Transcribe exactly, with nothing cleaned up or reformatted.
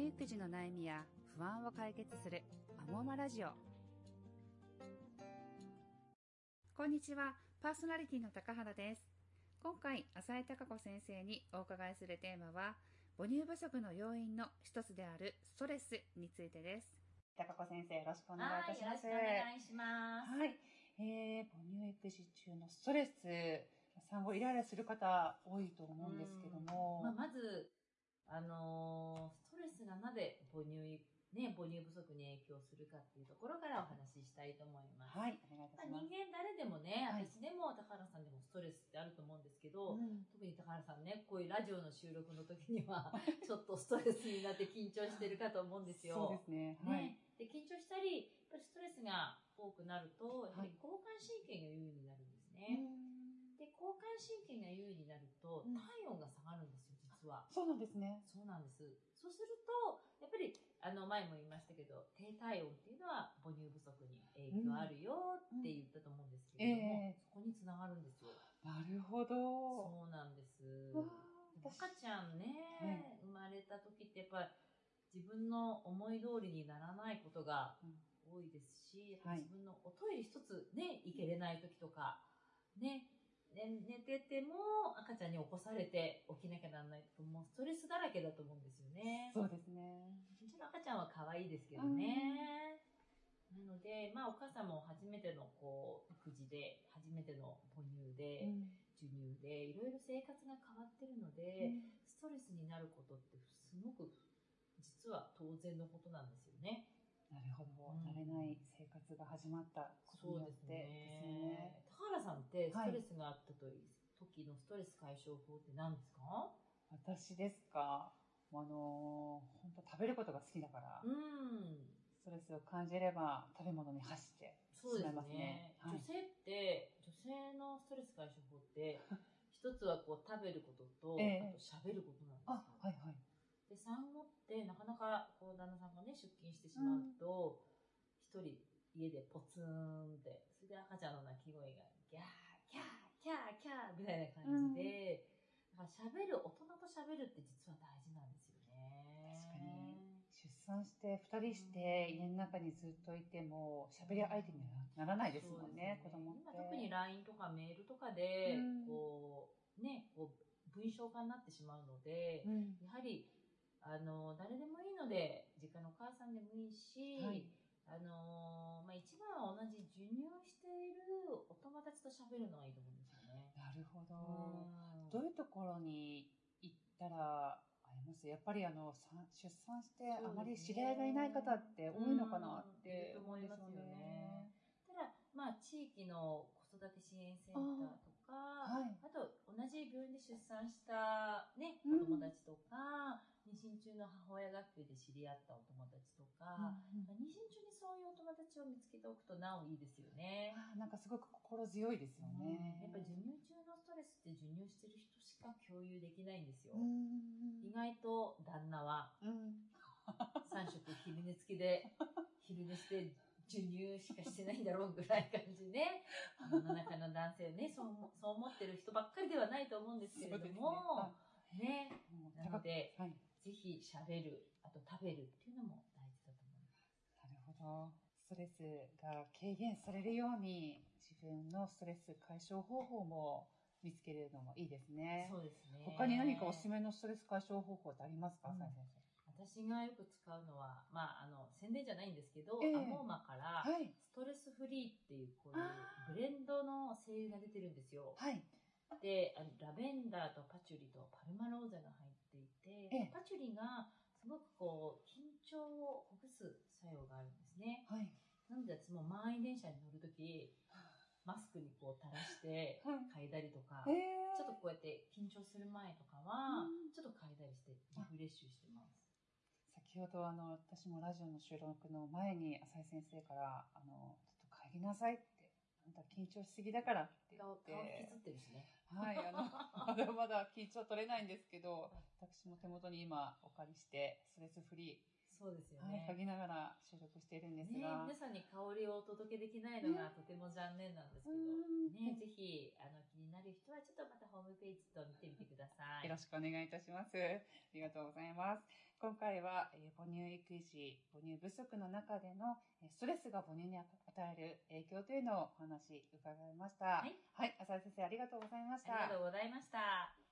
乳育児の悩みや不安を解決するマモマラジオ。こんにちは、パーソナリティの高原です。今回浅井貴子先生にお伺いするテーマは、母乳不足の要因の一つであるストレスについてです。高子先生、よろしくお願いいたします。 はい、よろしくお願いします。 はい、えー、母乳育児中のストレス、産後イライラする方多いと思うんですけども、 まあ、まずあのー、ストレスがなぜ母乳ね、母乳不足に影響するかっていうところからお話ししたいと思います。 はい、お願いいたします。 人間誰でもね、 はい、 私でも高原さんでもストレスってあると思うんですけど、 うん、 特に高原さんね、こういうラジオの収録の時には、ちょっとストレスになって緊張してるかと思うんですよ。 そうですね。はい。 ね、で緊張したり、やっぱりストレスが多くなると、やはり交感神経が優位になるんですね。はいで、交感神経が優位になると、体温が下がるんですよ、実は。 そうなんですね。 そうなんです。そうすると、やっぱり、あの、前も言いましたけど、低体温っていうのは母乳不足に影響あるよって言ったと思うんですけれども、うんうんえー、そこにつながるんですよ。 なるほど。 そうなんです。赤ちゃんね、はい、生まれた時ってやっぱり自分の思い通りにならないことが多いですし、うん、自分のおトイレ一つね、行けれない時とか、ね、ね、寝てても赤ちゃんに起こされて起きなきゃならないともうストレスだらけだと思うんですよね。 そうですね。 うちの赤ちゃんは可愛いですけどね。なので、まあお母さんも初めてのこう育児で、初めての母乳で、うん、授乳で、いろいろ生活が変わってるので、うん、ストレスになることってすごく実は当然のことなんですよね。 なるほど、うん、慣れない生活が始まったことによってですよね。 高原さんってストレスがあったという時のストレス解消法って何ですか？はい、 私ですか、あの本当食べることが好きだから、うん、ストレスを感じれば食べ物に走ってしまいますね。 そうですね。はい、女性って女性のストレス解消法って一つはこう食べることと、えー、あと喋ることなんですよ。 あ、はいはい。 で、産後ってなかなかこう旦那さんがね出勤してしまうと、一、うん、人家でポツンって、それで赤ちゃんの泣き声がギャーキャーキャーキャーみたいな感じで、うん、だから喋る、大人と喋るって実は大事なんですよね。 確かに出産して二人して家の中にずっといても喋り相手にはならないですもんね、子供って。 今特に ライン とかメールとかで、うん、こうね、こう文章化になってしまうので、うん、やはりあの誰でもいいので、実家のお母さんでもいいし、はい、あのー、まあ、一番は同じ授乳しているお友達と喋るのがいいと思うんですよね。 なるほど。どういうところに行ったらあります？やっぱりあの出産してあまり知り合いがいない方って多いのかなって思うんですよね。 ただ、まあ、地域の子育て支援センターとか、あ,、はい、あと同じ病院で出産したね、お友達とか、うん、妊娠中の母親学級で知り合ったお友達とか、うんうん、妊娠中にそういうお友達を見つけておくとなおいいですよね。 あ、なんかすごく心強いですよね。 うん、やっぱり授乳中のストレスって授乳してる人しか共有できないんですよ。うん、意外と旦那は、うん、さん食昼寝付きで、昼寝して授乳しかしてないんだろうぐらい感じね。世の中の男性ね、そう、そう思ってる人ばっかりではないと思うんですけれども、ね。ね、なので、はい、ぜひ喋る、あと食べるっていうのも大事だと思います。 なるほど。ストレスが軽減されるように、自分のストレス解消方法も見つけるのもいいですね。 そうですね。 他に何かおすすめのストレス解消方法ってありますか、うん、先生。 私がよく使うのは、まあ、あの、宣伝じゃないんですけど、えー、アモーマから、ストレスフリーっていう、こういうブレンドの精油が出てるんですよ。はい。で、ラベンダーとパチュリとパルマローゼが入っていて、えー、パチュリがすごくこう、緊張をほぐす作用があるんですね。はい。なので、私も満員電車に乗るとき、マスクにこう垂らして嗅いだりとか、はいえー、ちょっとこうやって緊張する前とかは、ちょっと嗅いだりしてリフレッシュしてます。 先ほどあの私もラジオの収録の前に浅井先生からあのちょっと帰りなさいってあんた緊張しすぎだからって言って顔引きつってるしねはいあのまだまだ緊張取れないんですけど私も手元に今お借りしてストレスフリーそうですよね。 はい、嗅ぎながら収録しているんですが、 ね、皆さんに香りをお届けできないのがとても残念なんですけど、ね、ぜひあの気になる人はちょっとまたホームページと見てみてください。 よろしくお願いいたします。ありがとうございます。 今回は母乳育児、母乳不足の中でのストレスが母乳に与える影響というのをお話伺いました。はい。はい、浅井先生ありがとうございました。 ありがとうございました。